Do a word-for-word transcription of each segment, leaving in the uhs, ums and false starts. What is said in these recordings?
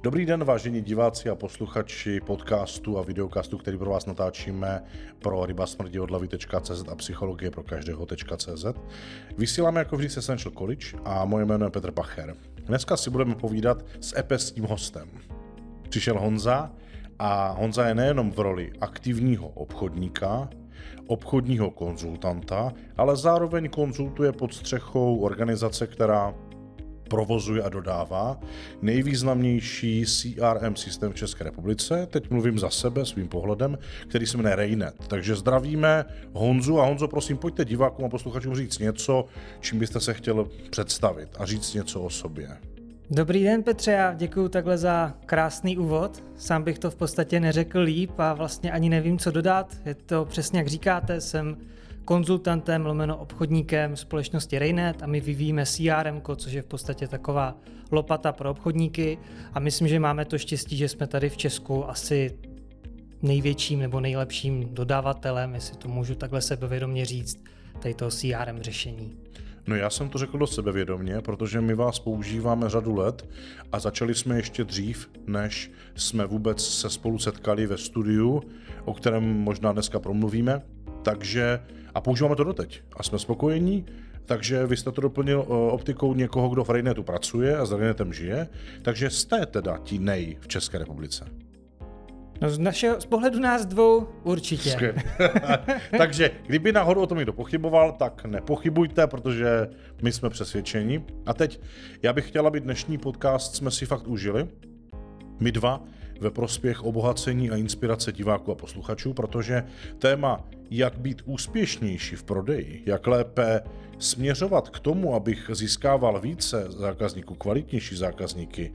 Dobrý den, vážení diváci a posluchači podcastu a videocastu, který pro vás natáčíme pro ryba smrti od hlavy tečka cé zet a psychologie pro každého tečka cé zet. Vysíláme jako vždy z Essential College a moje jméno je Petr Pacher. Dneska si budeme povídat s epeským hostem. Přišel Honza a Honza je nejenom v roli aktivního obchodníka, obchodního konzultanta, ale zároveň konzultuje pod střechou organizace, která provozuje a dodává nejvýznamnější C R M systém v České republice. Teď mluvím za sebe svým pohledem, který se jmenuje Rainet. Takže zdravíme Honzu a Honzo, prosím, pojďte divákům a posluchačům říct něco, čím byste se chtěl představit a říct něco o sobě. Dobrý den, Petře, já děkuju takhle za krásný úvod. Sám bych to v podstatě neřekl líp a vlastně ani nevím, co dodat. Je to přesně jak říkáte, jsem konzultantem, lomeno obchodníkem společnosti Rainet a my vyvíjíme C R M, což je v podstatě taková lopata pro obchodníky a myslím, že máme to štěstí, že jsme tady v Česku asi největším nebo nejlepším dodavatelem, jestli to můžu takhle sebevědomě říct, tady toho C R M řešení. No já jsem to řekl dost sebevědomě, protože my vás používáme řadu let a začali jsme ještě dřív, než jsme vůbec se spolu setkali ve studiu, o kterém možná dneska promluvíme. Takže, a používáme to doteď a jsme spokojení, takže vy jste to doplnil optikou někoho, kdo v Rainetu pracuje a s Rainetem žije, takže jste teda ti nej v České republice. No z našeho, z pohledu nás dvou určitě. Takže kdyby náhodou o tom někdo pochyboval, tak nepochybujte, protože my jsme přesvědčeni. A teď já bych chtěla, aby dnešní podcast jsme si fakt užili, my dva, ve prospěch obohacení a inspirace diváků a posluchačů, protože téma, jak být úspěšnější v prodeji, jak lépe směřovat k tomu, abych získával více zákazníků, kvalitnější zákazníky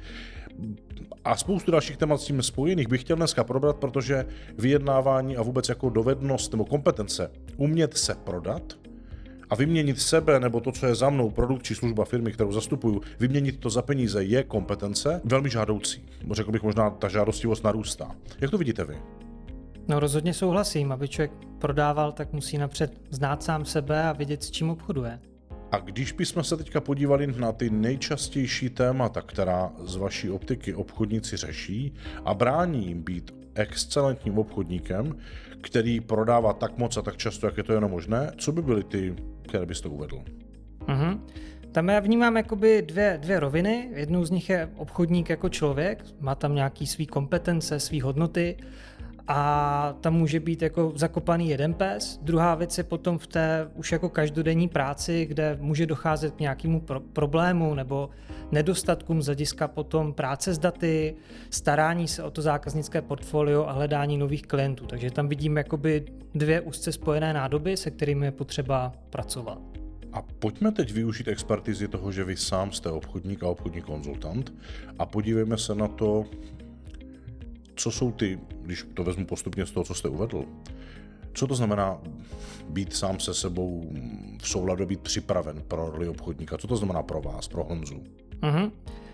a spoustu dalších témat s tím spojených bych chtěl dneska probrat, protože vyjednávání a vůbec jako dovednost nebo kompetence umět se prodat a vyměnit sebe nebo to, co je za mnou, produkt či služba firmy, kterou zastupuju, vyměnit to za peníze je kompetence velmi žádoucí. Řekl bych, možná ta žádostivost narůstá. Jak to vidíte vy? No rozhodně souhlasím, aby člověk prodával, tak musí napřed znát sám sebe a vědět, s čím obchoduje. A když bychom se teďka podívali na ty nejčastější témata, která z vaší optiky obchodníci řeší a brání jim být excelentním obchodníkem, který prodává tak moc a tak často, jak je to jenom možné, co by byly ty, které byste uvedl? Mhm. Tam já vnímám jakoby dvě, dvě roviny. Jednou z nich je obchodník jako člověk, má tam nějaký svý kompetence, svý hodnoty a tam může být jako zakopaný jeden pes. Druhá věc je potom v té už jako každodenní práci, kde může docházet k nějakému pro- problému nebo nedostatkům z hlediska potom práce s daty, starání se o to zákaznické portfolio a hledání nových klientů. Takže tam vidím jakoby dvě úzce spojené nádoby, se kterými je potřeba pracovat. A pojďme teď využít expertizy toho, že vy sám jste obchodník a obchodní konzultant a podívejme se na to, co jsou ty, když to vezmu postupně z toho, co jste uvedl, co to znamená být sám se sebou v souladu, být připraven pro roli obchodníka? Co to znamená pro vás, pro Honzu? Mhm.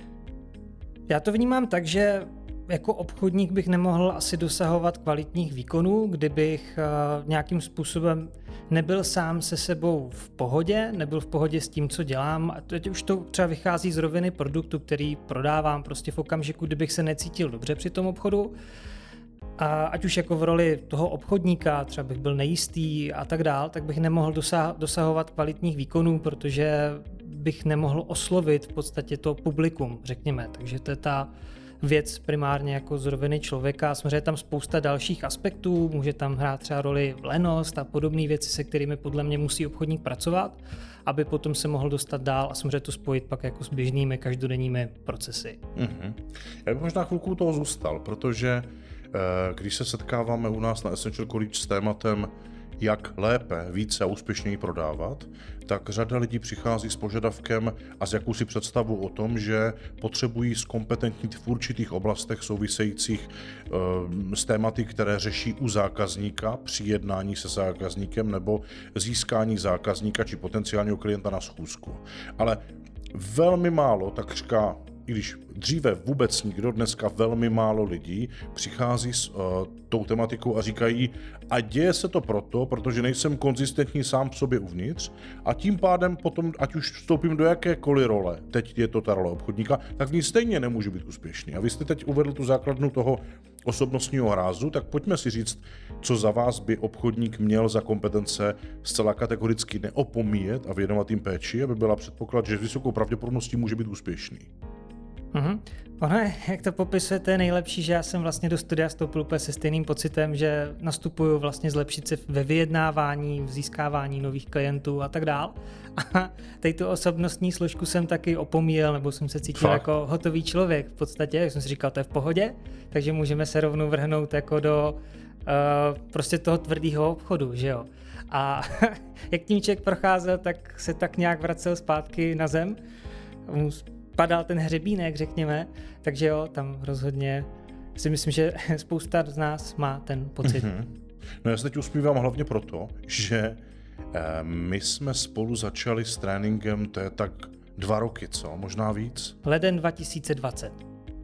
Já to vnímám tak, že jako obchodník bych nemohl asi dosahovat kvalitních výkonů, kdybych uh, nějakým způsobem nebyl sám se sebou v pohodě, nebyl v pohodě s tím, co dělám. A teď už to třeba vychází z roviny produktu, který prodávám prostě v okamžiku, kdybych se necítil dobře při tom obchodu. A ať už jako v roli toho obchodníka, třeba bych byl nejistý a tak dál, tak bych nemohl dosah- dosahovat kvalitních výkonů, protože bych nemohl oslovit v podstatě to publikum, řekněme. Takže to je ta věc primárně jako z roviny člověka. Samozřejmě je tam spousta dalších aspektů, může tam hrát třeba roli lenost a podobné věci, se kterými podle mě musí obchodník pracovat, aby potom se mohl dostat dál a samozřejmě to spojit pak jako s běžnými každodenními procesy. Mm-hmm. Já bych možná chvilku toho zůstal, protože když se setkáváme u nás na Essential College s tématem, jak lépe, více a úspěšněji prodávat, tak řada lidí přichází s požadavkem a s jakousi představou o tom, že potřebují zkompetentnit v určitých oblastech souvisejících e, s tématy, které řeší u zákazníka při jednání se zákazníkem nebo získání zákazníka či potenciálního klienta na schůzku. Ale velmi málo, takřka i když dříve vůbec nikdo, dneska velmi málo lidí přichází s uh, tou tematikou a říkají, a děje se to proto, protože nejsem konzistentní sám v sobě uvnitř a tím pádem potom, ať už vstoupím do jakékoliv role, teď je to ta role obchodníka, tak v ní stejně nemůžu být úspěšný. A vy jste teď uvedl tu základnu toho osobnostního hrázu, tak pojďme si říct, co za vás by obchodník měl za kompetence zcela kategoricky neopomíjet a věnovat jim péči, aby byla předpoklad, že s vysokou pravděpodobností může být úspěšný. Mm-hmm. Ono je, jak to popisujete, je nejlepší, že já jsem vlastně do studia vstoupil úplně se stejným pocitem, že nastupuju vlastně zlepšit se ve vyjednávání, v získávání nových klientů a tak dál. A tady tu osobnostní složku jsem taky opomíjel, nebo jsem se cítil Fakt? jako hotový člověk v podstatě, jak jsem si říkal, to je v pohodě, takže můžeme se rovnou vrhnout jako do uh, prostě toho tvrdého obchodu, že jo. A jak tím člověk procházel, tak se tak nějak vracel zpátky na zem, padal ten hřebínek, řekněme, takže jo, tam rozhodně si myslím, že spousta z nás má ten pocit. Mm-hmm. No já se teď usmívám hlavně proto, že eh, my jsme spolu začali s tréninkem, to je tak dva roky, co? Možná víc? Leden dva tisíce dvacet.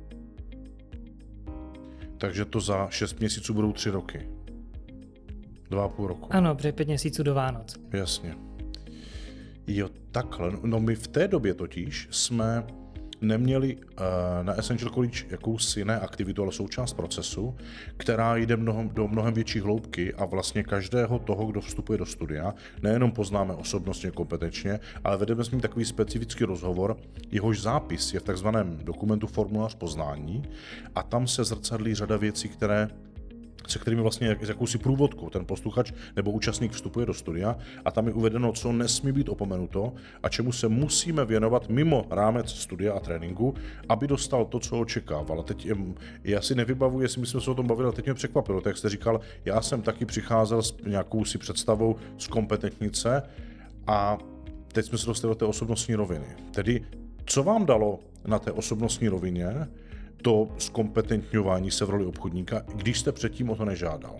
Takže to za šest měsíců budou tři roky. Dva a půl roku. Ano, protože pět měsíců do Vánoc. Jasně. Jo, takhle. No my v té době totiž jsme neměli uh, na Essential College jakousi ne aktivitu, ale součást procesu, která jde mnohem, do mnohem větší hloubky a vlastně každého toho, kdo vstupuje do studia, nejenom poznáme osobnostně, kompetenčně, ale vedeme s ním takový specifický rozhovor, jehož zápis je v takzvaném dokumentu formulář poznání a tam se zrcadlí řada věcí, které se kterými vlastně jak, jakousi průvodkou ten posluchač nebo účastník vstupuje do studia a tam je uvedeno, co nesmí být opomenuto a čemu se musíme věnovat mimo rámec studia a tréninku, aby dostal to, co očekával. A teď je, já si nevybavuji, jestli my jsme se o tom bavili, ale teď mě překvapilo, tak jak jste říkal, já jsem taky přicházel s nějakou si představou z kompetentnice a teď jsme se dostali do té osobnostní roviny. Tedy, co vám dalo na té osobnostní rovině to zkompetentňování se v roli obchodníka, když jste předtím o to nežádal?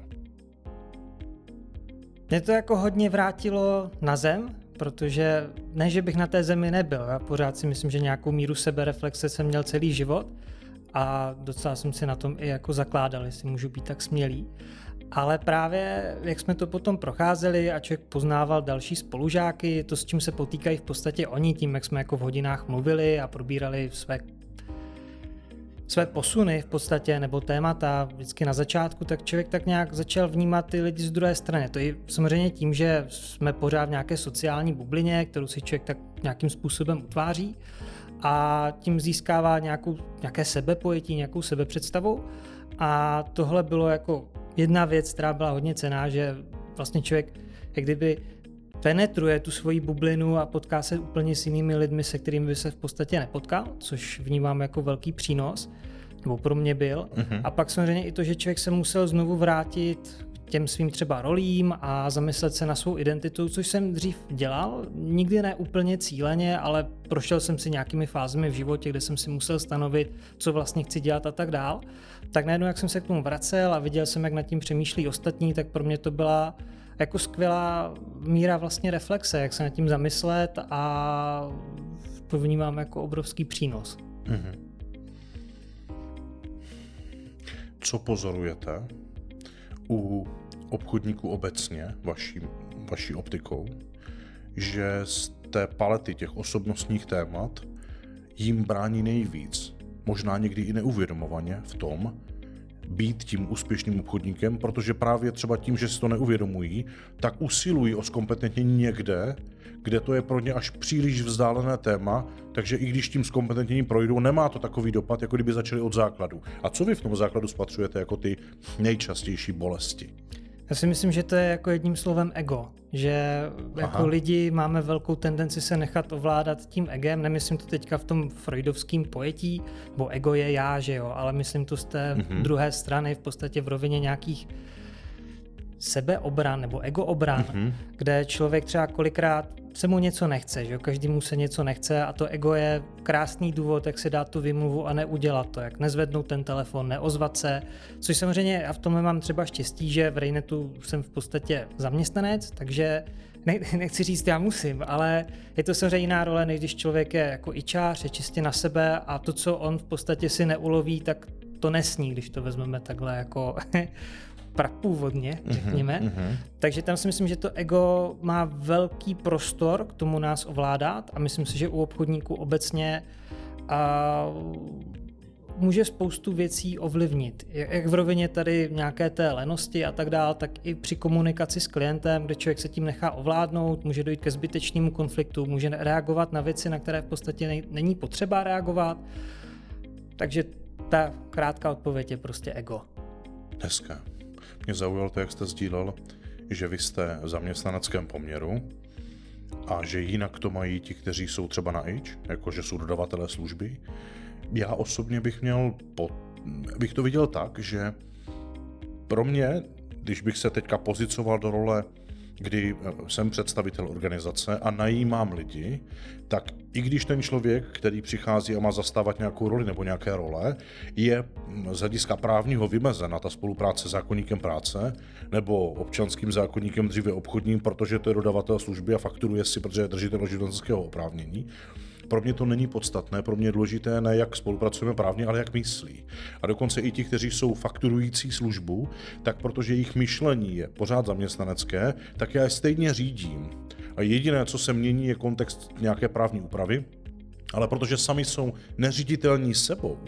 Mě to jako hodně vrátilo na zem, protože ne, že bych na té zemi nebyl, já pořád si myslím, že nějakou míru sebereflexe jsem měl celý život a docela jsem si na tom i jako zakládal, jestli můžu být tak smělý. Ale právě, jak jsme to potom procházeli a člověk poznával další spolužáky, to, s čím se potýkají v podstatě oni, tím, jak jsme jako v hodinách mluvili a probírali své své posuny v podstatě, nebo témata vždycky na začátku, tak člověk tak nějak začal vnímat ty lidi z druhé strany. To je samozřejmě tím, že jsme pořád v nějaké sociální bublině, kterou si člověk tak nějakým způsobem utváří a tím získává nějakou, nějaké sebepojetí, nějakou sebepředstavu. A tohle bylo jako jedna věc, která byla hodně cenná, že vlastně člověk jak kdyby penetruje tu svoji bublinu a potká se úplně s jinými lidmi, se kterými by se v podstatě nepotkal, což vnímám jako velký přínos, nebo pro mě byl. Mm-hmm. A pak samozřejmě i to, že člověk se musel znovu vrátit k těm svým třeba rolím a zamyslet se na svou identitu, což jsem dřív dělal, nikdy ne úplně cíleně, ale prošel jsem si nějakými fázemi v životě, kde jsem si musel stanovit, co vlastně chci dělat a tak dál. Tak najednou, jak jsem se k tomu vracel a viděl jsem, jak nad tím přemýšlí ostatní, tak pro mě to byla jako skvělá míra vlastně reflexe, jak se nad tím zamyslet a to vnímám jako obrovský přínos. Mm-hmm. Co pozorujete u obchodníků obecně, vaší, vaší optikou, že z té palety těch osobnostních témat jim brání nejvíc, možná někdy i neuvědomovaně v tom, být tím úspěšným obchodníkem, protože právě třeba tím, že si to neuvědomují, tak usilují o zkompetentnění někde, kde to je pro ně až příliš vzdálené téma, takže i když tím zkompetentněním projdou, nemá to takový dopad, jako kdyby začali od základu. A co vy v tom základu spatřujete jako ty nejčastější bolesti? Já si myslím, že to je jako jedním slovem ego, že jako Aha. lidi máme velkou tendenci se nechat ovládat tím egem, nemyslím to teďka v tom freudovském pojetí, bo ego je já, že jo, ale myslím to z té mm-hmm. druhé strany, v podstatě v rovině nějakých sebeobran nebo egoobran, mm-hmm. kde člověk třeba kolikrát se mu něco nechce, že každému se něco nechce a to ego je krásný důvod, jak si dát tu výmluvu a neudělat to, jak nezvednout ten telefon, neozvat se, což samozřejmě a v tomhle mám třeba štěstí, že v Rainetu jsem v podstatě zaměstnanec, takže ne, nechci říct, já musím, ale je to samozřejmě jiná role, než když člověk je jako ičář, je čistě na sebe a to, co on v podstatě si neuloví, tak to nesní, když to vezmeme takhle jako prapůvodně, řekněme. Mm-hmm. Takže tam si myslím, že to ego má velký prostor k tomu nás ovládat a myslím si, že u obchodníků obecně a, může spoustu věcí ovlivnit. Jak v rovině tady nějaké té lenosti a tak dál, tak i při komunikaci s klientem, kde člověk se tím nechá ovládnout, může dojít ke zbytečnému konfliktu, může reagovat na věci, na které v podstatě není potřeba reagovat. Takže ta krátká odpověď je prostě ego. Hezké. Mě zaujalo to, jak jste sdílel, že vy jste v zaměstnaneckém poměru a že jinak to mají ti, kteří jsou třeba na ič, jakože jsou dodavatelé služby. Já osobně bych měl, po, bych to viděl tak, že pro mě, když bych se teďka pozicoval do role, kdy jsem představitel organizace a najímám lidi, tak i když ten člověk, který přichází a má zastávat nějakou roli nebo nějaké role, je z hlediska právního vymezena ta spolupráce s zákoníkem práce nebo občanským zákoníkem, dříve obchodním, protože to je dodavatel služby a fakturuje si, protože je držitel živnostenského oprávnění. Pro mě to není podstatné, pro mě je důležité ne jak spolupracujeme právně, ale jak myslí. A dokonce i ti, kteří jsou fakturující službu, tak protože jejich myšlení je pořád zaměstnanecké, tak já je stejně řídím. A jediné, co se mění, je kontext nějaké právní úpravy, ale protože sami jsou neříditelní sebou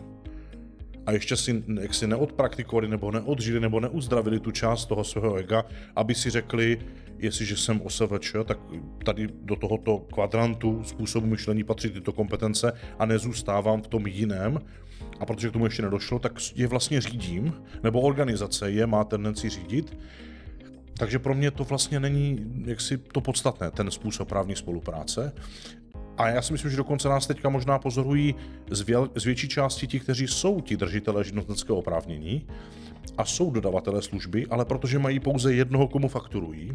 a ještě si, jak si neodpraktikovali nebo neodžili nebo neuzdravili tu část toho svého ega, aby si řekli, jestliže jsem O S V Č, tak tady do tohoto kvadrantu způsobu myšlení patří tyto kompetence a nezůstávám v tom jiném. A protože k tomu ještě nedošlo, tak je vlastně řídím, nebo organizace je, má tendenci řídit. Takže pro mě to vlastně není jaksi to podstatné, ten způsob právní spolupráce. A já si myslím, že dokonce nás teďka možná pozorují z, věl, z větší části ti, kteří jsou ti držitelé živnostenského oprávnění a jsou dodavatelé služby, ale protože mají pouze jednoho, komu fakturují,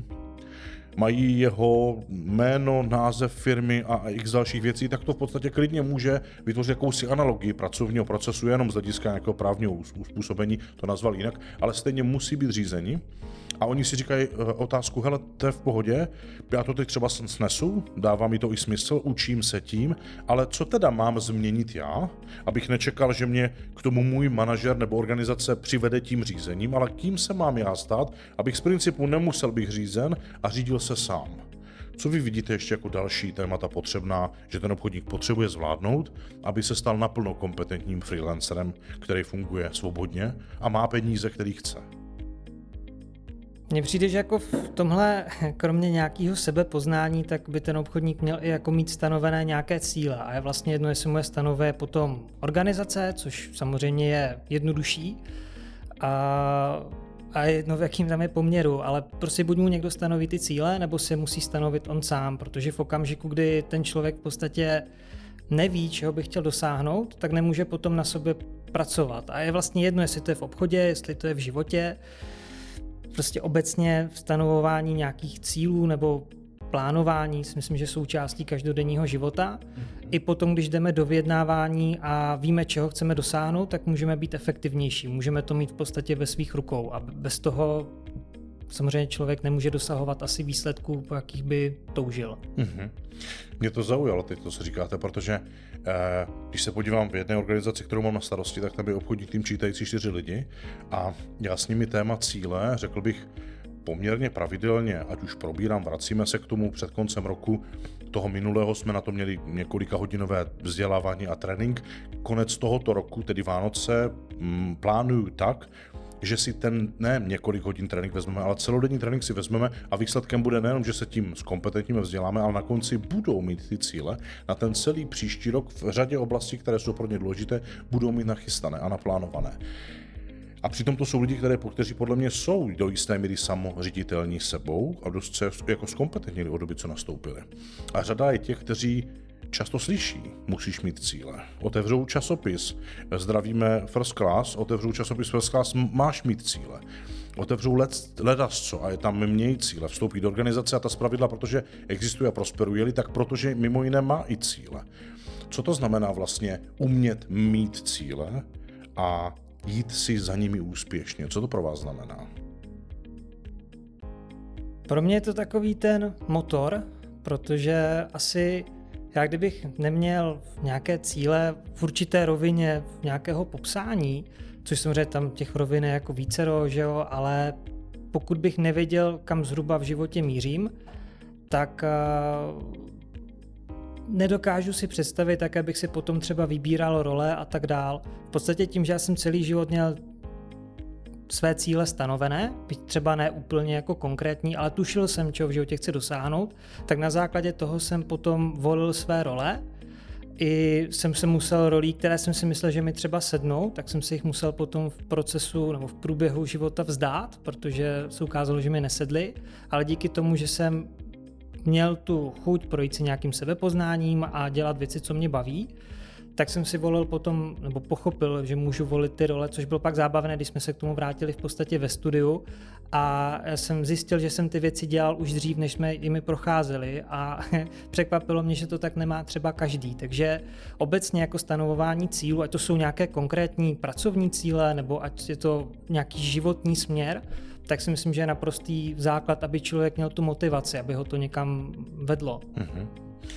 mají jeho jméno, název firmy a x dalších věcí, tak to v podstatě klidně může vytvořit jakousi analogii pracovního procesu, jenom z hlediska nějakého právního uspůsobení, to nazval jinak, ale stejně musí být řízení. A oni si říkají otázku, hele, to je v pohodě, já to teď třeba snesu, dává mi to i smysl, učím se tím, ale co teda mám změnit já, abych nečekal, že mě k tomu můj manažer nebo organizace přivede tím řízením, ale kým se mám já stát, abych z principu nemusel být řízen a řídil se sám. Co vy vidíte ještě jako další témata potřebná, že ten obchodník potřebuje zvládnout, aby se stal naplno kompetentním freelancerem, který funguje svobodně a má peníze, který chce? Mně přijde, že jako v tomhle, kromě nějakého sebepoznání, tak by ten obchodník měl i jako mít stanovené nějaké cíle. A je vlastně jedno, jestli mu je stanové potom organizace, což samozřejmě je jednodušší, a, a jedno, v jakým tam je poměru, ale prostě buď mu někdo stanoví ty cíle, nebo si musí stanovit on sám, protože v okamžiku, kdy ten člověk v podstatě neví, čeho by chtěl dosáhnout, tak nemůže potom na sobě pracovat. A je vlastně jedno, jestli to je v obchodě, jestli to je v životě, prostě obecně stanovování nějakých cílů nebo plánování si myslím, že součástí každodenního života. Mm-hmm. I potom, když jdeme do vyjednávání a víme, čeho chceme dosáhnout, tak můžeme být efektivnější. Můžeme to mít v podstatě ve svých rukou a bez toho samozřejmě člověk nemůže dosahovat asi výsledků, po jakých by toužil. Mm-hmm. Mě to zaujalo teď, to, co říkáte, protože eh, když se podívám v jedné organizaci, kterou mám na starosti, tak tam je obchodní tým čítající čtyři lidi a já s nimi téma cíle, řekl bych, poměrně pravidelně, ať už probírám, vracíme se k tomu před koncem roku, toho minulého jsme na to měli několika hodinové vzdělávání a trénink. Konec tohoto roku, tedy Vánoce, m, plánuju tak, že si ten ne několik hodin trénink vezmeme, ale celodenní trénink si vezmeme a výsledkem bude nejenom, že se tím zkompetentně vzděláme, ale na konci budou mít ty cíle na ten celý příští rok v řadě oblastí, které jsou pro ně důležité, budou mít nachystané a naplánované. A přitom to jsou lidi, které, kteří podle mě jsou do jisté míry samoředitelní sebou a dost se jako zkompetentnili od doby, co nastoupili. A řada je těch, kteří často slyší, musíš mít cíle. Otevřou časopis, zdravíme First Class, otevřou časopis First Class, máš mít cíle. Otevřou ledasco a je tam měj cíle, vstoupí do organizace a ta zpravidla, protože existuje a prosperuje, tak protože mimo jiné má i cíle. Co to znamená vlastně umět mít cíle a jít si za nimi úspěšně? Co to pro vás znamená? Pro mě je to takový ten motor, protože asi já kdybych neměl nějaké cíle v určité rovině v nějakého popsání, což samozřejmě tam těch rovin je jako vícero, že jo, ale pokud bych nevěděl, kam zhruba v životě mířím, tak uh, nedokážu si představit, jak bych si potom třeba vybíral role a tak dál. V podstatě tím, že já jsem celý život měl své cíle stanovené, byť třeba ne úplně jako konkrétní, ale tušil jsem, čeho v životě chci dosáhnout, tak na základě toho jsem potom volil své role. I jsem se musel rolí, které jsem si myslel, že mi třeba sednou, tak jsem si jich musel potom v procesu nebo v průběhu života vzdát, protože se ukázalo, že mi nesedly, ale díky tomu, že jsem měl tu chuť projít si nějakým sebepoznáním a dělat věci, co mě baví, tak jsem si volil potom, nebo pochopil, že můžu volit ty role, což bylo pak zábavné, když jsme se k tomu vrátili v podstatě ve studiu a já jsem zjistil, že jsem ty věci dělal už dřív, než jsme jimi procházeli a překvapilo mě, že to tak nemá třeba každý, takže obecně jako stanovování cílů, ať to jsou nějaké konkrétní pracovní cíle, nebo ať je to nějaký životní směr, tak si myslím, že je naprostý základ, aby člověk měl tu motivaci, aby ho to někam vedlo. Mm-hmm.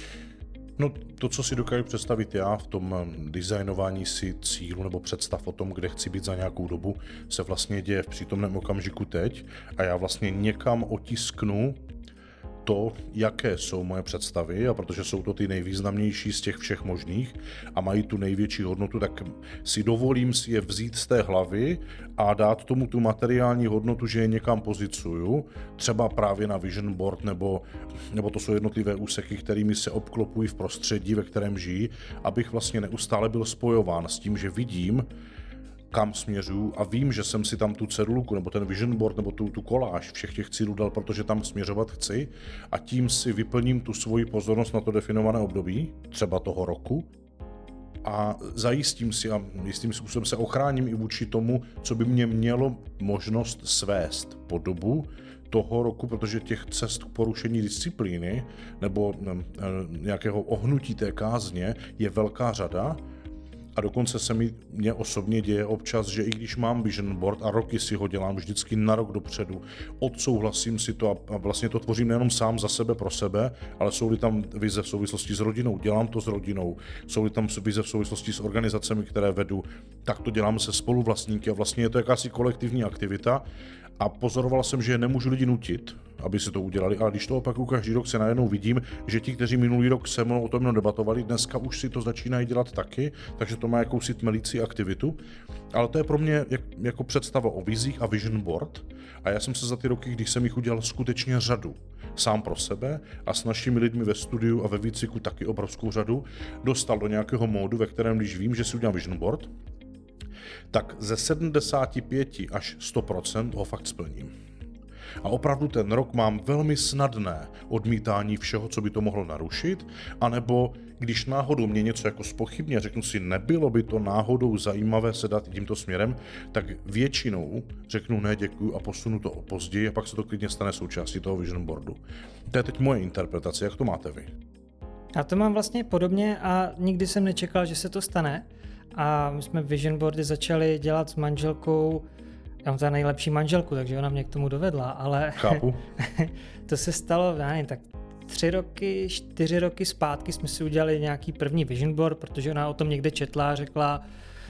No to, co si dokážu představit já v tom designování si cílu nebo představ o tom, kde chci být za nějakou dobu, se vlastně děje v přítomném okamžiku teď a já vlastně někam otisknu to, jaké jsou moje představy a protože jsou to ty nejvýznamnější z těch všech možných a mají tu největší hodnotu, tak si dovolím si je vzít z té hlavy a dát tomu tu materiální hodnotu, že je někam pozicuju, třeba právě na vision board nebo, nebo to jsou jednotlivé úseky, kterými se obklopují v prostředí, ve kterém žijí, abych vlastně neustále byl spojován s tím, že vidím, kam směřuju a vím, že jsem si tam tu cedulku nebo ten vision board nebo tu, tu koláž všech těch cílů dal, protože tam směřovat chci a tím si vyplním tu svoji pozornost na to definované období, třeba toho roku a zajistím si a jistým způsobem se ochráním i vůči tomu, co by mě mělo možnost svést po dobu toho roku, protože těch cest k porušení disciplíny nebo ne, nějakého ohnutí té kázně je velká řada. A dokonce se mi mě osobně děje občas, že i když mám vision board a roky si ho dělám vždycky na rok dopředu, odsouhlasím si to a vlastně to tvořím nejenom sám za sebe, pro sebe, ale jsou-li tam vize v souvislosti s rodinou, dělám to s rodinou, jsou-li tam vize v souvislosti s organizacemi, které vedu, tak to dělám se spoluvlastníky a vlastně je to jakási kolektivní aktivita a pozoroval jsem, že nemůžu lidi nutit, aby si to udělali, ale když to opakuju každý rok, se najednou vidím, že ti, kteří minulý rok se mnou o tom debatovali, dneska už si to začínají dělat taky, takže to má jakousi tmelící aktivitu, ale to je pro mě jak, jako představa o vizích a vision board a já jsem se za ty roky, když jsem jich udělal skutečně řadu, sám pro sebe a s našimi lidmi ve studiu a ve výcviku taky obrovskou řadu, dostal do nějakého módu, ve kterém když vím, že si udělám vision board, tak ze sedmdesát pět až sto procent ho fakt splním. A opravdu ten rok mám velmi snadné odmítání všeho, co by to mohlo narušit, anebo když náhodou mě něco jako zpochybní a řeknu si, nebylo by to náhodou zajímavé se dát tímto směrem, tak většinou řeknu ne, děkuju a posunu to později a pak se to klidně stane součástí toho vision boardu. To je teď moje interpretace, jak to máte vy? Já to mám vlastně podobně a nikdy jsem nečekal, že se to stane. A my jsme vision boardy začali dělat s manželkou. Já mám ta nejlepší manželku, takže ona mě k tomu dovedla, ale chápu. To se stalo, já nevím, tak tři roky, čtyři roky zpátky jsme si udělali nějaký první vision board, protože ona o tom někde četla a řekla,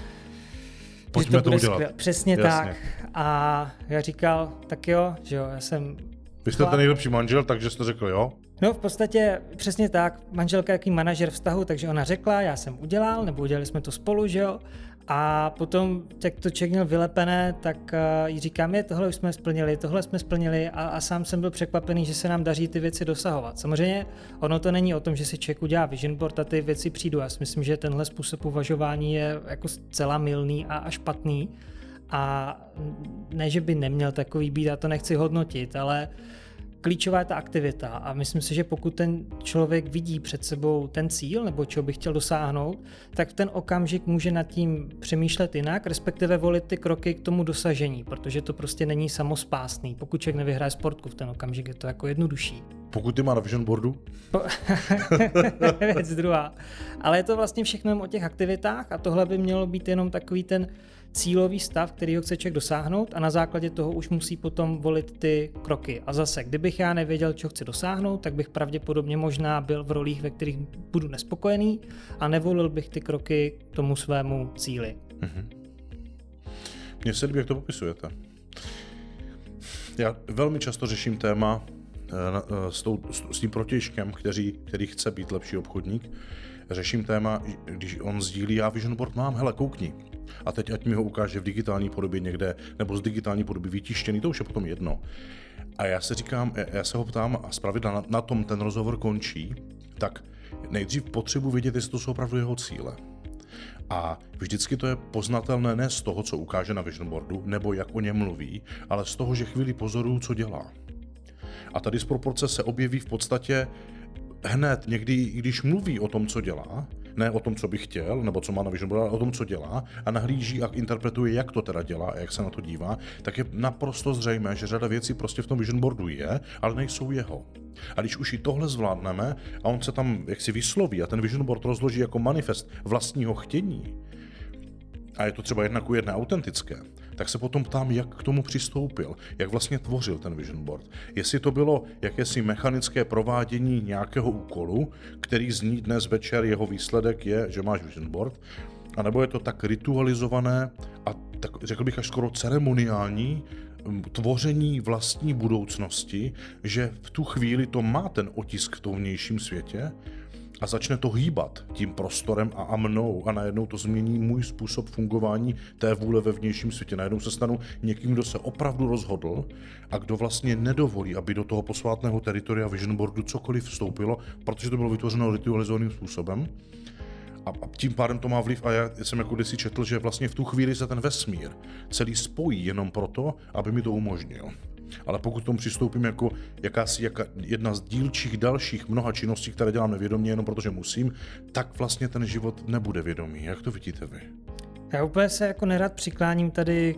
pojďme že to, to bude udělat. Skvěl. Přesně Jasně. tak. A já říkal, tak jo, že jo, já jsem... Vy jste ten nejlepší manžel, takže jste řekl jo? No v podstatě přesně tak, manželka jaký manažer vztahu, takže ona řekla, já jsem udělal, nebo udělali jsme to spolu, že jo. A potom, jak to člověk měl vylepené, tak uh, jí říkám, je, tohle už jsme splnili, tohle jsme splnili a, a sám jsem byl překvapený, že se nám daří ty věci dosahovat. Samozřejmě ono to není o tom, že si člověk udělá vision board a ty věci přijdou. Já si myslím, že tenhle způsob uvažování je jako zcela mylný a, a špatný. A ne, že by neměl takový být, já to nechci hodnotit, ale klíčová je ta aktivita a myslím si, že pokud ten člověk vidí před sebou ten cíl nebo čeho by chtěl dosáhnout, tak v ten okamžik může nad tím přemýšlet jinak, respektive volit ty kroky k tomu dosažení, protože to prostě není samospásný. Pokud člověk nevyhraje sportku v ten okamžik, je to jako jednodušší. Pokud ty má na vision boardu? Věc druhá. Ale je to vlastně všechno o těch aktivitách a tohle by mělo být jenom takový ten cílový stav, který ho chce člověk dosáhnout a na základě toho už musí potom volit ty kroky. A zase, kdybych já nevěděl, čeho chci dosáhnout, tak bych pravděpodobně možná byl v rolích, ve kterých budu nespokojený a nevolil bych ty kroky k tomu svému cíli. Mm-hmm. Mně se líbí, jak to popisujete. Já velmi často řeším téma s, tou, s tím protějškem, který, který chce být lepší obchodník. Řeším téma, když on sdílí, já vision board mám, hele, koukni. A teď ať mi ho ukáže v digitální podobě někde, nebo z digitální podoby vytištěný, to už je potom jedno. A já se říkám, já se ho ptám a zpravidla na, na tom ten rozhovor končí, tak nejdřív potřebuji vědět, jestli to jsou opravdu jeho cíle. A vždycky to je poznatelné ne z toho, co ukáže na vision boardu, nebo jak o něm mluví, ale z toho, že chvíli pozoruju, co dělá. A ta disproporce se objeví v podstatě hned někdy, když mluví o tom, co dělá, ne o tom, co by chtěl, nebo co má na vision boardu, ale o tom, co dělá a nahlíží a interpretuje, jak to teda dělá a jak se na to dívá, tak je naprosto zřejmé, že řada věcí prostě v tom vision boardu je, ale nejsou jeho. A když už i tohle zvládneme a on se tam jaksi vysloví a ten vision board rozloží jako manifest vlastního chtění, a je to třeba jedna ku jedné autentické, tak se potom ptám, jak k tomu přistoupil, jak vlastně tvořil ten vision board. Jestli to bylo jakési mechanické provádění nějakého úkolu, který zní dnes večer, jeho výsledek je, že máš vision board, anebo je to tak ritualizované a tak, řekl bych až skoro ceremoniální tvoření vlastní budoucnosti, že v tu chvíli to má ten otisk v tom vnějším světě, a začne to hýbat tím prostorem a, a mnou a najednou to změní můj způsob fungování té vůle ve vnějším světě. Najednou se stanu někým, kdo se opravdu rozhodl a kdo vlastně nedovolí, aby do toho posvátného teritoria vision boardu cokoliv vstoupilo, protože to bylo vytvořeno ritualizovaným způsobem. A, a tím pádem to má vliv a já jsem jako kdysi četl, že vlastně v tu chvíli se ten vesmír celý spojí jenom proto, aby mi to umožnil. Ale pokud tomu přistoupím jako jakási jaka, jedna z dílčích dalších mnoha činností, které dělám nevědomě jenom protože musím, tak vlastně ten život nebude vědomý. Jak to vidíte vy? Já úplně se jako nerad přikláním tady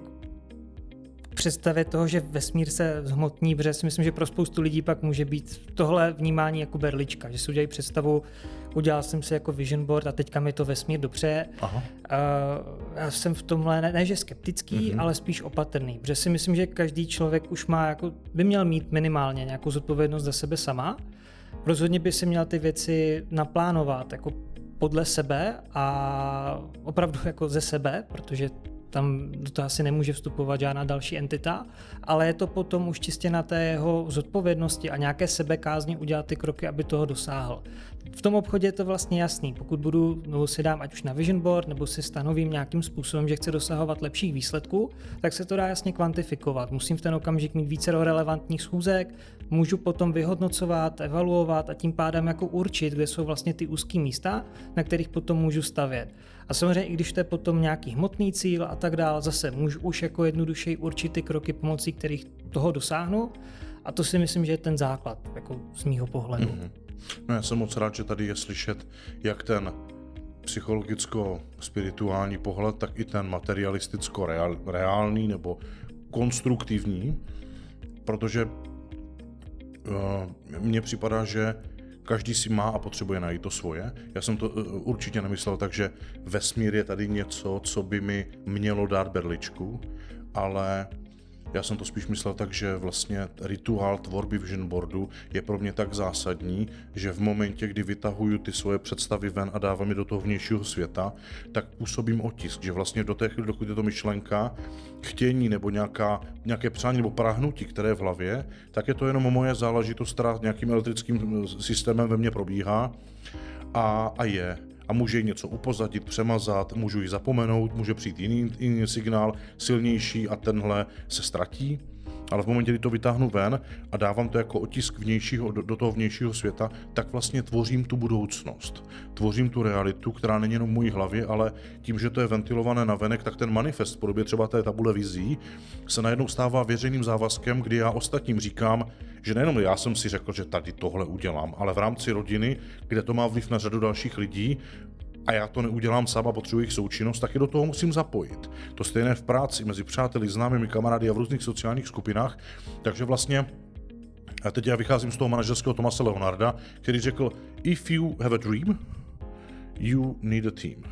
k představě toho, že vesmír se zhmotní, protože si myslím, že pro spoustu lidí pak může být tohle vnímání jako berlička, že si udělají představu, udělal jsem si jako vision board a teďka mi to vesmír dobře. Aha. Uh, já jsem v tomhle ne, ne že skeptický, mm-hmm. ale spíš opatrný, protože si myslím, že každý člověk už má, jako, by měl mít minimálně nějakou zodpovědnost za sebe sama. Rozhodně by si měl ty věci naplánovat jako podle sebe a opravdu jako ze sebe, protože tam do toho asi nemůže vstupovat žádná další entita, ale je to potom už čistě na té jeho zodpovědnosti a nějaké sebekázni udělat ty kroky, aby toho dosáhl. V tom obchodě je to vlastně jasný. Pokud budu, nebo si dám ať už na vision board, nebo si stanovím nějakým způsobem, že chci dosahovat lepších výsledků, tak se to dá jasně kvantifikovat. Musím v ten okamžik mít více relevantních schůzek, můžu potom vyhodnocovat, evaluovat a tím pádem jako určit, kde jsou vlastně ty úzký místa, na kterých potom můžu stavět. A samozřejmě, i když to je potom nějaký hmotný cíl a tak dále, zase můžu už jako jednodušeji určit ty kroky, pomocí kterých toho dosáhnu. A to si myslím, že je ten základ, jako z mýho pohledu. Mm-hmm. No já jsem moc rád, že tady je slyšet jak ten psychologicko-spirituální pohled, tak i ten materialisticko-reálný nebo konstruktivní, protože uh, mně připadá, že každý si má a potřebuje najít to svoje. Já jsem to uh, určitě nemyslel tak, že vesmír je tady něco, co by mi mělo dát berličku, ale já jsem to spíš myslel tak, že vlastně rituál tvorby vision boardu je pro mě tak zásadní, že v momentě, kdy vytahuju ty svoje představy ven a dávám je do toho vnějšího světa, tak působím otisk, že vlastně do té chvíli, dokud je to myšlenka, chtění nebo nějaká, nějaké přání nebo prahnutí, které je v hlavě, tak je to jenom moje záležitost, která nějakým elektrickým systémem ve mně probíhá a, a je. A může jí něco upozadit, přemazat, můžu ji zapomenout, může přijít jiný, jiný signál, silnější a tenhle se ztratí. ale v momentě, kdy to vytáhnu ven a dávám to jako otisk vnějšího, do, do toho vnějšího světa, tak vlastně tvořím tu budoucnost. Tvořím tu realitu, která není jenom v mojí hlavě, ale tím, že to je ventilované navenek, tak ten manifest v podobě třeba té tabule vizí se najednou stává veřejným závazkem, kdy já ostatním říkám, že nejenom já jsem si řekl, že tady tohle udělám, ale v rámci rodiny, kde to má vliv na řadu dalších lidí, a já to neudělám sám a potřebuji jejich součinnost, tak i do toho musím zapojit. To stejné v práci, mezi přáteli, známými, kamarády a v různých sociálních skupinách. Takže vlastně, a teď já vycházím z toho manažerského Thomase Leonarda, který řekl, if you have a dream, you need a team.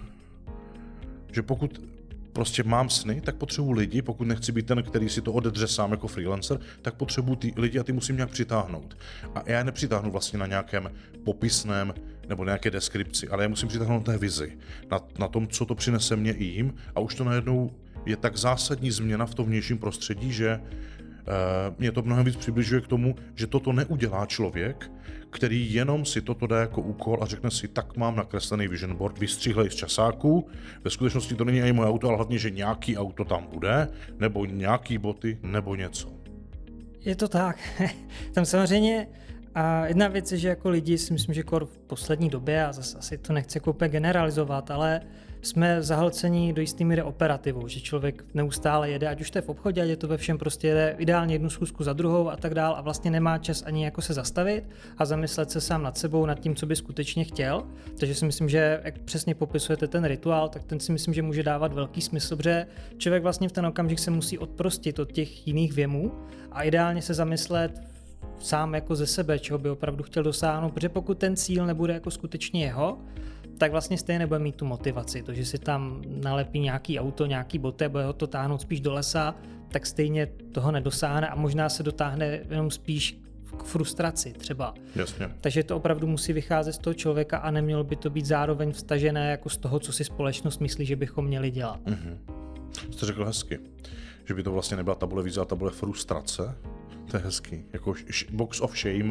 Že pokud prostě mám sny, tak potřebuji lidi, pokud nechci být ten, který si to odedře sám jako freelancer, tak potřebuji ty lidi a ty musím nějak přitáhnout. A já je nepřitáhnu vlastně na nějakém popisném nebo nějaké deskripci, ale já musím přitáhnout té vizi, na, na tom, co to přinese mě i jim, a už to najednou je tak zásadní změna v tom vnějším prostředí, že uh, mě to mnohem víc přibližuje k tomu, že toto neudělá člověk, který jenom si toto dá jako úkol a řekne si, tak mám nakreslený vision board, vystříhlej z časáků, ve skutečnosti to není ani moje auto, ale hlavně, že nějaký auto tam bude, nebo nějaký boty, nebo něco. Je to tak. Tam samozřejmě a jedna věc je, že jako lidi si myslím, že v poslední době, a zase asi to nechci jako úplně generalizovat, ale jsme zahlcení do jistý míry operativou, že člověk neustále jede, ať už to je v obchodě, ať je to ve všem, prostě jede ideálně jednu schůzku za druhou a tak dál a vlastně nemá čas ani jako se zastavit a zamyslet se sám nad sebou, nad tím, co by skutečně chtěl. Takže si myslím, že jak přesně popisujete ten rituál, tak ten si myslím, že může dávat velký smysl, protože člověk vlastně v ten okamžik se musí odprostit od těch jiných věmů a ideálně se zamyslet sám jako ze sebe, čeho by opravdu chtěl dosáhnout, protože pokud ten cíl nebude jako skutečně jeho, tak vlastně stejně nebude mít tu motivaci. To, že si tam nalepí nějaký auto, nějaký boty, bude ho to táhnout spíš do lesa, tak stejně toho nedosáhne a možná se dotáhne jenom spíš k frustraci třeba. Jasně. Takže to opravdu musí vycházet z toho člověka a nemělo by to být zároveň vstažené jako z toho, co si společnost myslí, že bychom měli dělat. Mhm. Jste řekl hezky, že by to vlastně nebyla tabule víza, tabule frustrace. To je hezký, jako sh- box of shame.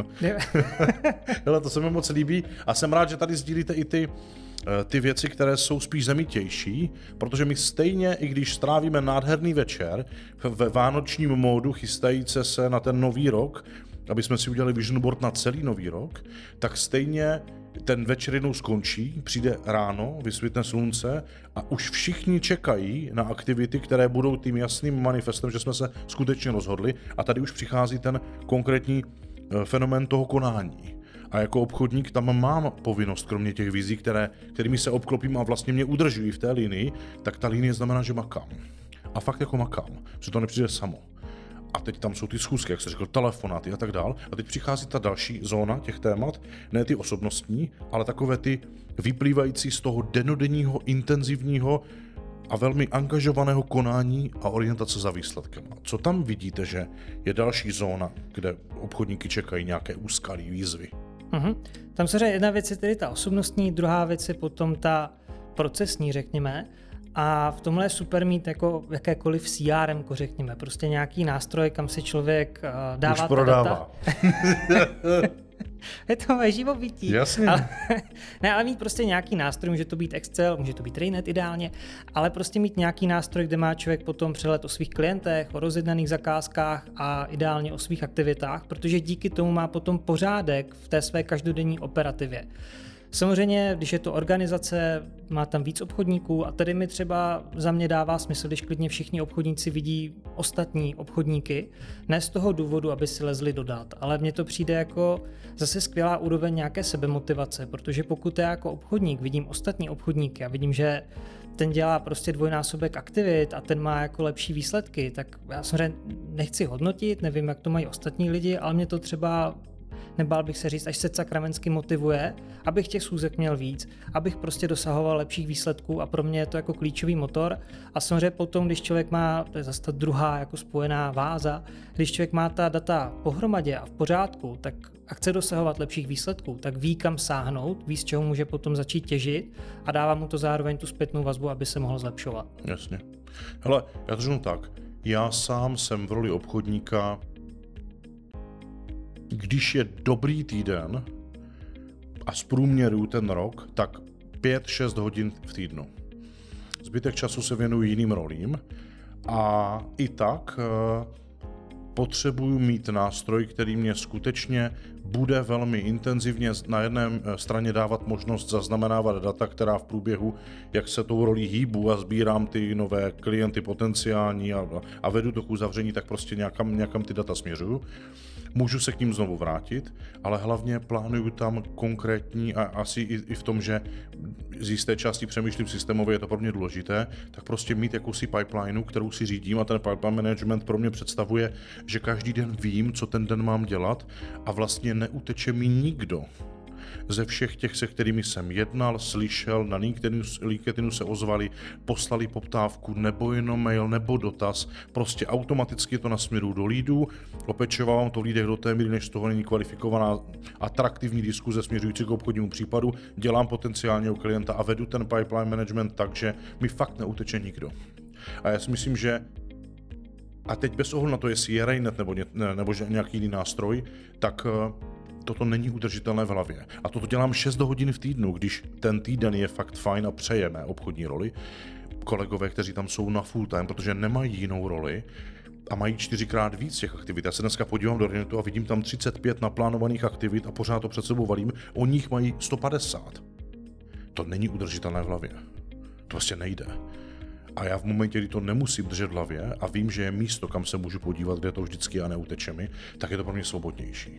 Hele, to se mi moc líbí a jsem rád, že tady sdílíte i ty, ty věci, které jsou spíš zemitější, protože my stejně, i když strávíme nádherný večer ve vánočním módu chystajíce se na ten nový rok, aby jsme si udělali vision board na celý nový rok, tak stejně ten večer jednou skončí, přijde ráno, vysvítne slunce a už všichni čekají na aktivity, které budou tím jasným manifestem, že jsme se skutečně rozhodli, a tady už přichází ten konkrétní fenomén toho konání. A jako obchodník tam mám povinnost, kromě těch vizí, které, kterými se obklopím a vlastně mě udržují v té linii, tak ta linie znamená, že makám. A fakt jako makám, že to nepřijde samo. A teď tam jsou ty schůzky, jak jsi řekl, telefonáty a tak dál. A teď přichází ta další zóna těch témat, ne ty osobnostní, ale takové ty vyplývající z toho denodenního, intenzivního a velmi angažovaného konání a orientace za výsledkem. Co tam vidíte, že je další zóna, kde obchodníky čekají nějaké úskalí, výzvy? Uh-huh. Tam se říká, jedna věc je tedy ta osobnostní, druhá věc je potom ta procesní, řekněme. A v tomhle je super mít jako jakékoliv C R M, řekněme, prostě nějaký nástroj, kam si člověk uh, dává už prodává. Je to moje živobytí. Jasně. Ale, ne, ale mít prostě nějaký nástroj, může to být Excel, může to být Raynet ideálně, ale prostě mít nějaký nástroj, kde má člověk potom přehled o svých klientech, o rozjednaných zakázkách a ideálně o svých aktivitách, protože díky tomu má potom pořádek v té své každodenní operativě. Samozřejmě, když je to organizace, má tam víc obchodníků a tady mi třeba za mě dává smysl, když klidně všichni obchodníci vidí ostatní obchodníky, ne z toho důvodu, aby si lezli dodat, ale mně to přijde jako zase skvělá úroveň nějaké sebemotivace, protože pokud já jako obchodník vidím ostatní obchodníky a vidím, že ten dělá prostě dvojnásobek aktivit a ten má jako lepší výsledky, tak já samozřejmě nechci hodnotit, nevím, jak to mají ostatní lidi, ale mě to třeba nebál bych se říct, až se sakramensky motivuje, abych těch schůzek měl víc, abych prostě dosahoval lepších výsledků a pro mě je to jako klíčový motor. A samozřejmě potom, když člověk má, to je zase ta druhá jako spojená váza, když člověk má ta data pohromadě a v pořádku, tak a chce dosahovat lepších výsledků, tak ví, kam sáhnout, ví, z čeho může potom začít těžit a dává mu to zároveň tu zpětnou vazbu, aby se mohl zlepšovat. Jasně. Hele, já to řeknu tak, já sám jsem v roli obchodníka. Když je dobrý týden a z průměru ten rok, tak pět šest hodin v týdnu. Zbytek času se věnuji jiným rolím a i tak potřebuju mít nástroj, který mě skutečně bude velmi intenzivně na jedné straně dávat možnost zaznamenávat data, která v průběhu, jak se tou rolí hýbu a sbírám ty nové klienty potenciální a, a vedu to k uzavření, tak prostě nějakam, nějakam ty data směřuju. Můžu se k ním znovu vrátit, ale hlavně plánuju tam konkrétní a asi i, i v tom, že z jisté části přemýšlím systémově, je to pro mě důležité, tak prostě mít jakousi pipelineu, kterou si řídím a ten pipeline management pro mě představuje, že každý den vím, co ten den mám dělat a vlastně neuteče mi nikdo. Ze všech těch, se kterými jsem jednal, slyšel, na LinkedInu se ozvali, poslali poptávku, nebo jenom mail, nebo dotaz, prostě automaticky to nasměruju do lídů, opečovávám to v lídech do té míry, než z toho není kvalifikovaná atraktivní diskuze směřující k obchodnímu případu, dělám potenciálního klienta a vedu ten pipeline management tak, že mi fakt neuteče nikdo. A já si myslím, že a teď bez ohledu na to, jestli je Rainet nebo, ně, nebo nějaký jiný nástroj, tak toto není udržitelné v hlavě. A toto dělám šest hodin v týdnu, když ten týden je fakt fajn a přejeme obchodní roli. Kolegové, kteří tam jsou na full time, protože nemají jinou roli a mají čtyřikrát víc těch aktivit. Já se dneska podívám do Rainetu a vidím tam třicet pět naplánovaných aktivit a pořád to před sebou valím. O nich mají sto padesát. To není udržitelné v hlavě. To prostě nejde. A já v momentě, kdy to nemusím držet v hlavě a vím, že je místo, kam se můžu podívat, kde to vždycky a neuteče mi, tak je to pro mě svobodnější.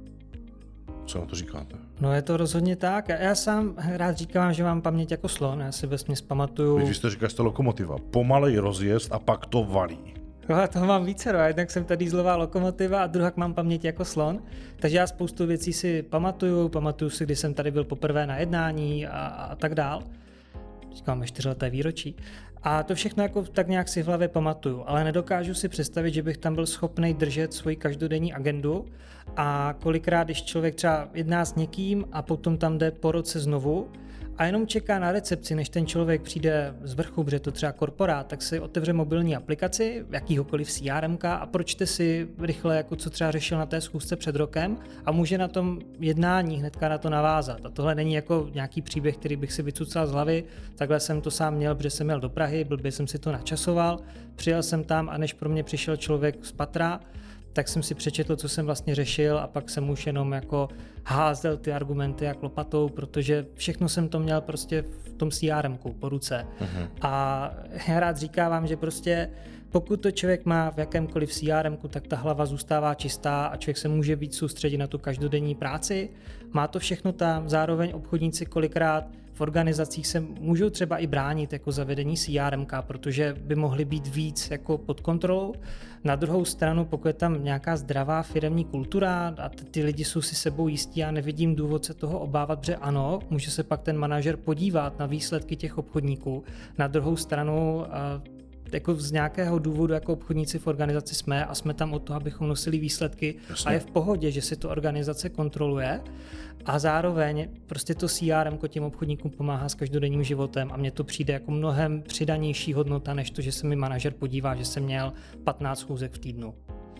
Co na to říkáte? No je to rozhodně tak. Já sám rád říkám, že mám paměť jako slon. Já si vesměs pamatuju... Vy jste říkal, že jste lokomotiva. Pomalej rozjezd a pak to valí. No, toho mám více, no. Jednak jsem ta dieselová lokomotiva a druhak mám paměť jako slon. Takže já spoustu věcí si pamatuju. Pamatuju si, kdy jsem tady byl poprvé na jednání a, a tak dál. Říkáme čtyřleté výročí. A to všechno jako tak nějak si v hlavě pamatuju, ale nedokážu si představit, že bych tam byl schopný držet svoji každodenní agendu a kolikrát, když člověk třeba jedná s někým a potom tam jde po roce znovu a jenom čeká na recepci, než ten člověk přijde z vrchu, protože to třeba korporát, tak si otevře mobilní aplikaci, jakýhokoliv C R M ka a pročte si rychle, jako co třeba řešil na té schůzce před rokem a může na tom jednání hnedka na to navázat. A tohle není jako nějaký příběh, který bych si vycucal z hlavy, takhle jsem to sám měl, protože jsem jel do Prahy, blbě jsem si to načasoval, přijel jsem tam a než pro mě přišel člověk z patra, tak jsem si přečetl, co jsem vlastně řešil a pak jsem už jenom jako házel ty argumenty jak lopatou, protože všechno jsem to měl prostě v tom C R M ku po ruce. Uh-huh. A já rád říkávám, že prostě pokud to člověk má v jakémkoliv C R M ku, tak ta hlava zůstává čistá a člověk se může víc soustředit na tu každodenní práci. Má to všechno tam, zároveň obchodníci kolikrát v organizacích se můžou třeba i bránit jako zavedení C R M ka, protože by mohly být víc jako pod kontrolou. Na druhou stranu, pokud je tam nějaká zdravá firemní kultura a ty lidi jsou si sebou jistí, já nevidím důvod se toho obávat, protože ano, může se pak ten manažer podívat na výsledky těch obchodníků. Na druhou stranu, jako z nějakého důvodu jako obchodníci v organizaci jsme a jsme tam od toho, abychom nosili výsledky. Jasně. A je v pohodě, že si to organizace kontroluje a zároveň prostě to C R M ko těm obchodníkům pomáhá s každodenním životem a mně to přijde jako mnohem přidanější hodnota, než to, že se mi manažer podívá, že jsem měl patnáct schůzek v týdnu.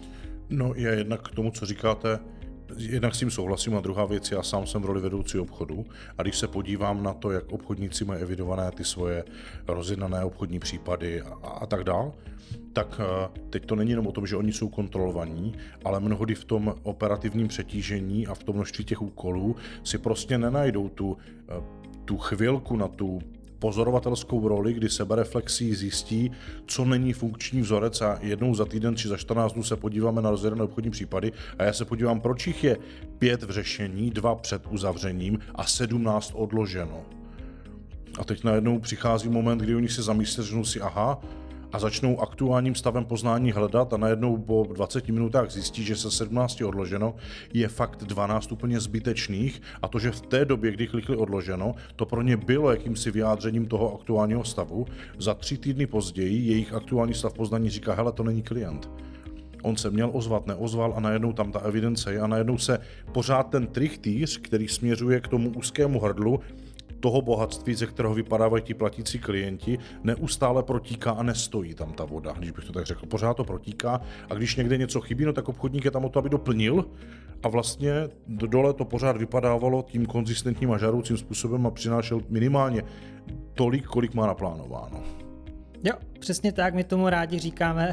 No je jednak k tomu, co říkáte, jednak s tím souhlasím a druhá věc, já sám jsem v roli vedoucí obchodu a když se podívám na to, jak obchodníci mají evidované ty svoje rozjednané obchodní případy a, a tak dál, tak teď to není jenom o tom, že oni jsou kontrolovaní, ale mnohdy v tom operativním přetížení a v tom množství těch úkolů si prostě nenajdou tu, tu chvilku na tu pozorovatelskou roli, kdy sebereflexí zjistí, co není funkční vzorec a jednou za týden či za čtrnáct dnů se podíváme na rozjedené obchodní případy a já se podívám, proč jich je pět v řešení, dva před uzavřením a sedmnáct odloženo. A teď najednou přichází moment, kdy oni se zamyslí, řeknou si aha, a začnou aktuálním stavem poznání hledat a najednou po dvaceti minutách zjistí, že se sedmnácti odloženo je fakt dvanáct úplně zbytečných a to, že v té době, kdy klikli odloženo, to pro ně bylo jakýmsi vyjádřením toho aktuálního stavu. Za tři týdny později jejich aktuální stav poznání říká, hele, to není klient. On se měl ozvat, neozval a najednou tam ta evidence je a najednou se pořád ten trichtýř, který směřuje k tomu úzkému hrdlu, toho bohatství, ze kterého vypadávají ti platící klienti, neustále protíká a nestojí tam ta voda, když bych to tak řekl. Pořád to protíká a když někde něco chybí, no tak obchodník je tam o to, aby doplnil a vlastně dole to pořád vypadávalo tím konzistentním a žádoucím způsobem a přinášel minimálně tolik, kolik má naplánováno. Jo, přesně tak, my tomu rádi říkáme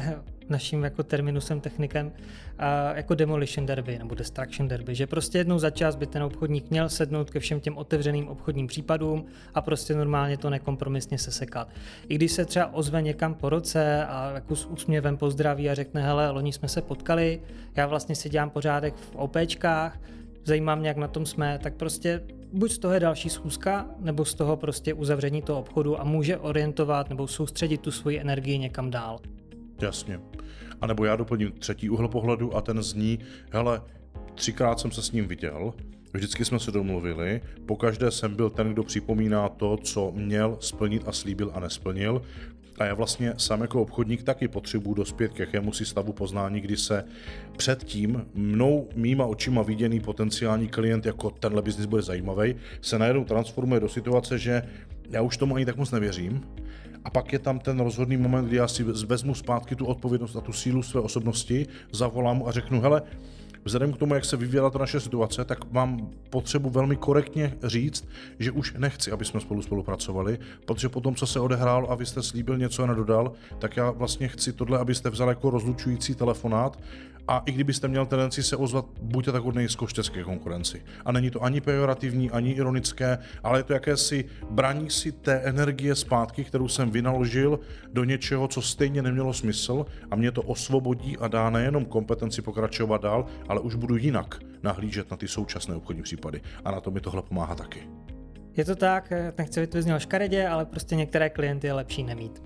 naším jako terminusem, technikem, jako demolition derby nebo destruction derby, že prostě jednou za čas by ten obchodník měl sednout ke všem těm otevřeným obchodním případům a prostě normálně to nekompromisně sesekat. I když se třeba ozve někam po roce a jako s úsměvem pozdraví a řekne, hele, loni jsme se potkali, já vlastně si dělám pořádek v OPčkách, zajímá mě, jak na tom jsme, tak prostě buď z toho je další schůzka, nebo z toho prostě uzavření toho obchodu a může orientovat nebo soustředit tu svoji energii někam dál. Jasně. A nebo já doplním třetí úhel pohledu a ten zní, hele, třikrát jsem se s ním viděl, vždycky jsme se domluvili, pokaždé jsem byl ten, kdo připomíná to, co měl splnit a slíbil a nesplnil. A já vlastně sám jako obchodník taky potřebuji dospět k jakémusi stavu poznání, kdy se předtím mnou, mýma očima viděný potenciální klient, jako tenhle biznis bude zajímavý, se najednou transformuje do situace, že já už tomu ani tak moc nevěřím. A pak je tam ten rozhodný moment, kdy já si vezmu zpátky tu odpovědnost a tu sílu své osobnosti, zavolám mu a řeknu, hele, vzhledem k tomu, jak se vyvíjela ta naše situace, tak mám potřebu velmi korektně říct, že už nechci, aby jsme spolu spolupracovali, protože po tom, co se odehrálo a vy jste slíbil něco a nedodal, tak já vlastně chci tohle, abyste vzal jako rozlučující telefonát a i kdybyste měl tendenci se ozvat, buďte tak hodnej, zkočte ke konkurenci. A není to ani pejorativní, ani ironické, ale je to jakési braní si té energie zpátky, kterou jsem vynaložil do něčeho, co stejně nemělo smysl a mě to osvobodí a dá nejenom kompetenci pokračovat dál, ale už budu jinak nahlížet na ty současné obchodní případy. A na to mi tohle pomáhá taky. Je to tak, nechci vytvořit škaredě, ale prostě některé klienty je lepší nemít.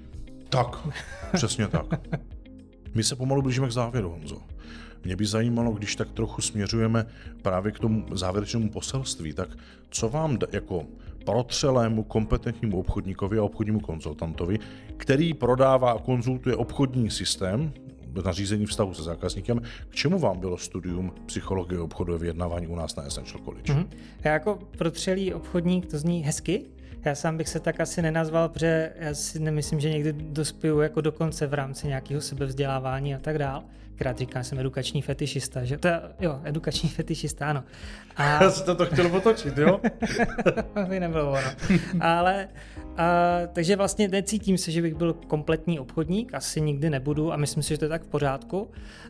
Tak, přesně tak. My se pomalu blížíme k závěru, Honzo. Mě by zajímalo, když tak trochu směřujeme právě k tomu závěrečnému poselství, tak co vám jako protřelému kompetentnímu obchodníkovi a obchodnímu konzultantovi, který prodává a konzultuje obchodní systém, nařízení vztahu se zákazníkem, k čemu vám bylo studium psychologie obchodu a vyjednávání u nás na Essential College? Mm-hmm. Já jako protřelý obchodník, to zní hezky. Já sám bych se tak asi nenazval, protože já si nemyslím, že někdy dospěju jako dokonce v rámci nějakého sebevzdělávání a tak dál. Krát říkám, jsem edukační fetišista, že? To je, jo, edukační fetišista, ano. A... Já jsem to chtěl otočit, jo? by nebylo ono. Ale, a, takže vlastně necítím se, že bych byl kompletní obchodník, asi nikdy nebudu a myslím si, že to je tak v pořádku,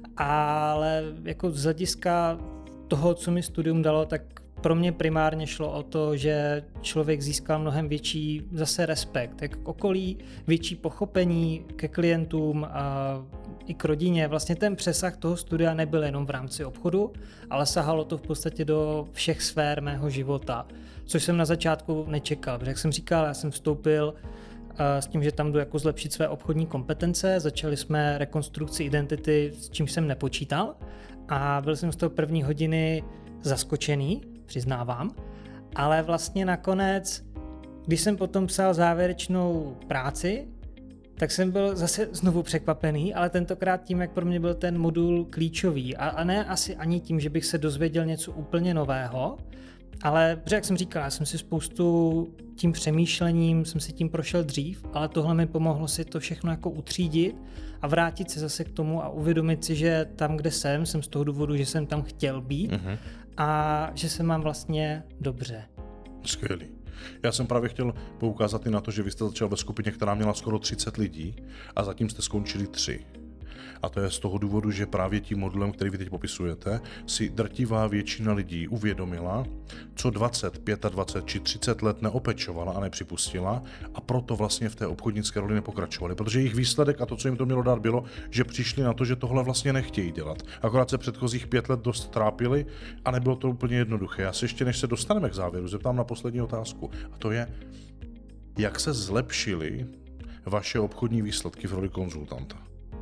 ale jako z hlediska toho, co mi studium dalo, tak pro mě primárně šlo o to, že člověk získal mnohem větší zase respekt jak k okolí, větší pochopení ke klientům a i k rodině. Vlastně ten přesah toho studia nebyl jenom v rámci obchodu, ale sahalo to v podstatě do všech sfér mého života, což jsem na začátku nečekal. Protože jak jsem říkal, já jsem vstoupil s tím, že tam jdu jako zlepšit své obchodní kompetence, začali jsme rekonstrukci identity, s čím jsem nepočítal a byl jsem z toho první hodiny zaskočený, přiznávám, ale vlastně nakonec, když jsem potom psal závěrečnou práci, tak jsem byl zase znovu překvapený, ale tentokrát tím, jak pro mě byl ten modul klíčový a, a ne asi ani tím, že bych se dozvěděl něco úplně nového, ale jak jsem říkal, já jsem si spoustu tím přemýšlením, jsem si tím prošel dřív, ale tohle mi pomohlo si to všechno jako utřídit a vrátit se zase k tomu a uvědomit si, že tam, kde jsem, jsem z toho důvodu, že jsem tam chtěl být uh-huh. a že se mám vlastně dobře. Skvělý. Já jsem právě chtěl poukázat i na to, že vy jste začal ve skupině, která měla skoro třicet lidí a zatím jste skončili tři. A to je z toho důvodu, že právě tím modulem, který vy teď popisujete, si drtivá většina lidí uvědomila, co dvacet, dvacet pět či třicet let neopečovala a nepřipustila a proto vlastně v té obchodnické roli nepokračovali. Protože jejich výsledek a to, co jim to mělo dát, bylo, že přišli na to, že tohle vlastně nechtějí dělat. Akorát se předchozích pět let dost trápili a nebylo to úplně jednoduché. Já se ještě, než se dostaneme k závěru, zeptám na poslední otázku. A to je, jak se zlepšily vaše obchodní výsledky v roli konzultanta?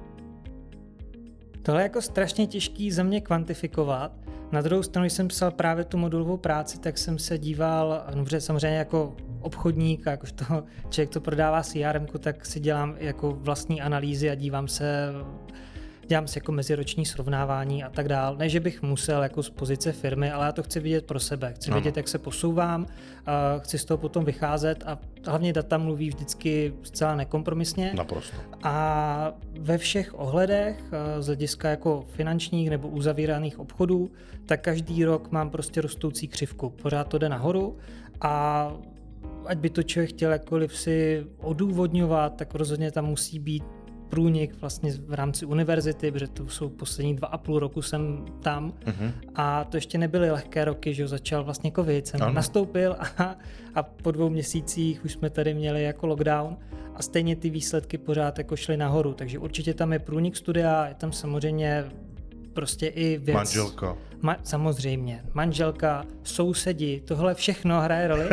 Tohle je jako strašně těžký za mě kvantifikovat. Na druhou stranu, když jsem psal právě tu modulovou práci, tak jsem se díval, dobře, samozřejmě jako obchodník, jakož to člověk to prodává C R M ku, tak si dělám jako vlastní analýzy a dívám se, dělám si jako meziroční srovnávání a tak dál. Ne, že bych musel jako z pozice firmy, ale já to chci vidět pro sebe. Chci vědět, jak se posouvám, chci z toho potom vycházet a hlavně data mluví vždycky zcela nekompromisně. Naprosto. A ve všech ohledech, z hlediska jako finančních nebo uzavíraných obchodů, tak každý rok mám prostě rostoucí křivku. Pořád to jde nahoru a ať by to člověk chtěl jakkoliv si odůvodňovat, tak rozhodně tam musí být průnik vlastně v rámci univerzity, protože to jsou poslední dva a půl roku jsem tam uh-huh. a to ještě nebyly lehké roky, že začal vlastně covid, jsem ano. nastoupil a, a po dvou měsících už jsme tady měli jako lockdown a stejně ty výsledky pořád jako šly nahoru, takže určitě tam je průnik studia, je tam samozřejmě prostě i věc. Manželka. Ma, samozřejmě, manželka, sousedi, tohle všechno hraje roli,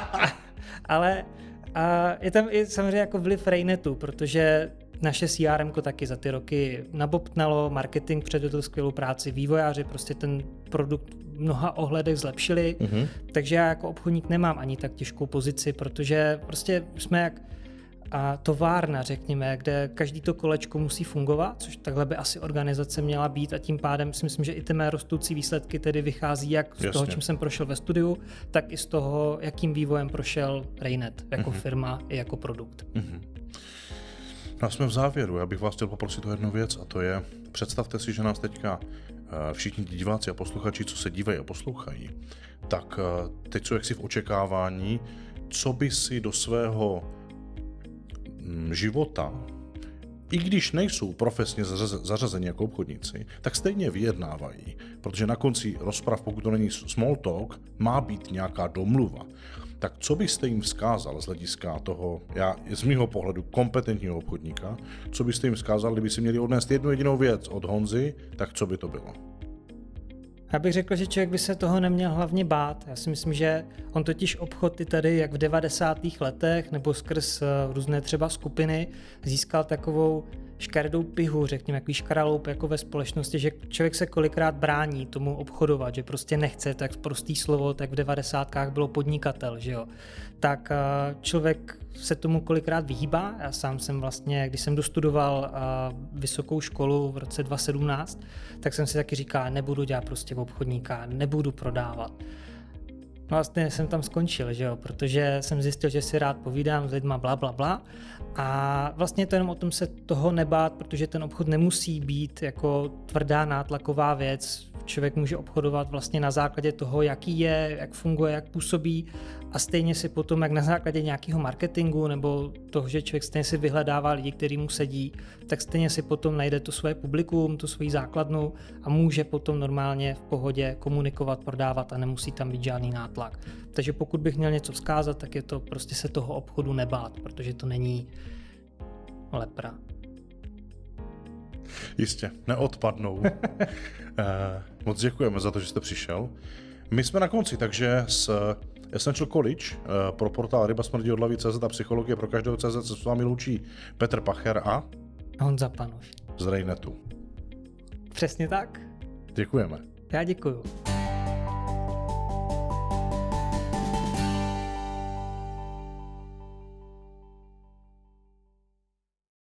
ale a je tam i samozřejmě jako vliv Rainetu, protože naše C R M ko taky za ty roky nabobtnalo, marketing předvedl skvělou práci, vývojáři prostě ten produkt v mnoha ohledech zlepšili, mm-hmm. takže já jako obchodník nemám ani tak těžkou pozici, protože prostě jsme jak a továrna, řekněme, kde každý to kolečko musí fungovat, což takhle by asi organizace měla být a tím pádem si myslím, že i ty mé rostoucí výsledky tedy vychází jak z Jasně. toho, čím jsem prošel ve studiu, tak i z toho, jakým vývojem prošel Rainet jako mm-hmm. firma i jako produkt. Mm-hmm. No a jsme v závěru, já bych vás chtěl poprosit o jednu věc a to je, představte si, že nás teďka všichni diváci a posluchači, co se dívají a poslouchají, tak teď jsou jaksi v očekávání, co by si do svého života, i když nejsou profesně zařazeni jako obchodníci, tak stejně vyjednávají, protože na konci rozprav, pokud to není small talk, má být nějaká domluva. Tak co byste jim vzkázal z hlediska toho, já z mýho pohledu kompetentního obchodníka, co byste jim vzkázal, kdyby si měli odnést jednu jedinou věc od Honzy, tak co by to bylo? Já bych řekl, že člověk by se toho neměl hlavně bát. Já si myslím, že on totiž obchod i tady, jak v devadesátých letech, nebo skrz různé třeba skupiny, získal takovou škaredou pihu, řekněme, jaký škaraloup jako ve společnosti, že člověk se kolikrát brání tomu obchodovat, že prostě nechce, tak prostý slovo, tak v devadesátkách bylo podnikatel, že jo. Tak člověk se tomu kolikrát vyhýbá. Já sám jsem vlastně, když jsem dostudoval vysokou školu v roce dva tisíce sedmnáct, tak jsem si taky říkal, nebudu dělat prostě obchodníka, nebudu prodávat. No vlastně jsem tam skončil, že jo, protože jsem zjistil, že si rád povídám s lidma, bla, bla, bla. A vlastně to jenom o tom se toho nebát, protože ten obchod nemusí být jako tvrdá nátlaková věc. Člověk může obchodovat vlastně na základě toho, jaký je, jak funguje, jak působí a stejně si potom, jak na základě nějakého marketingu nebo toho, že člověk stejně si vyhledává lidi, kteří mu sedí, tak stejně si potom najde to svoje publikum, tu svoji základnu a může potom normálně v pohodě komunikovat, prodávat a nemusí tam být žádný nátlak. Takže pokud bych měl něco vzkázat, tak je to prostě se toho obchodu nebát, protože to není lepra. Jistě, neodpadnou. eh, moc děkujeme za to, že jste přišel. My jsme na konci, takže s Essential College eh, pro portál Ryba smrdí od hlavy tečka cé zet a psychologie pro každého tečka cé zet se s vámi loučí Petr Pacher a Honza Panuš z Rainetu. Přesně tak. Děkujeme. Já děkuju.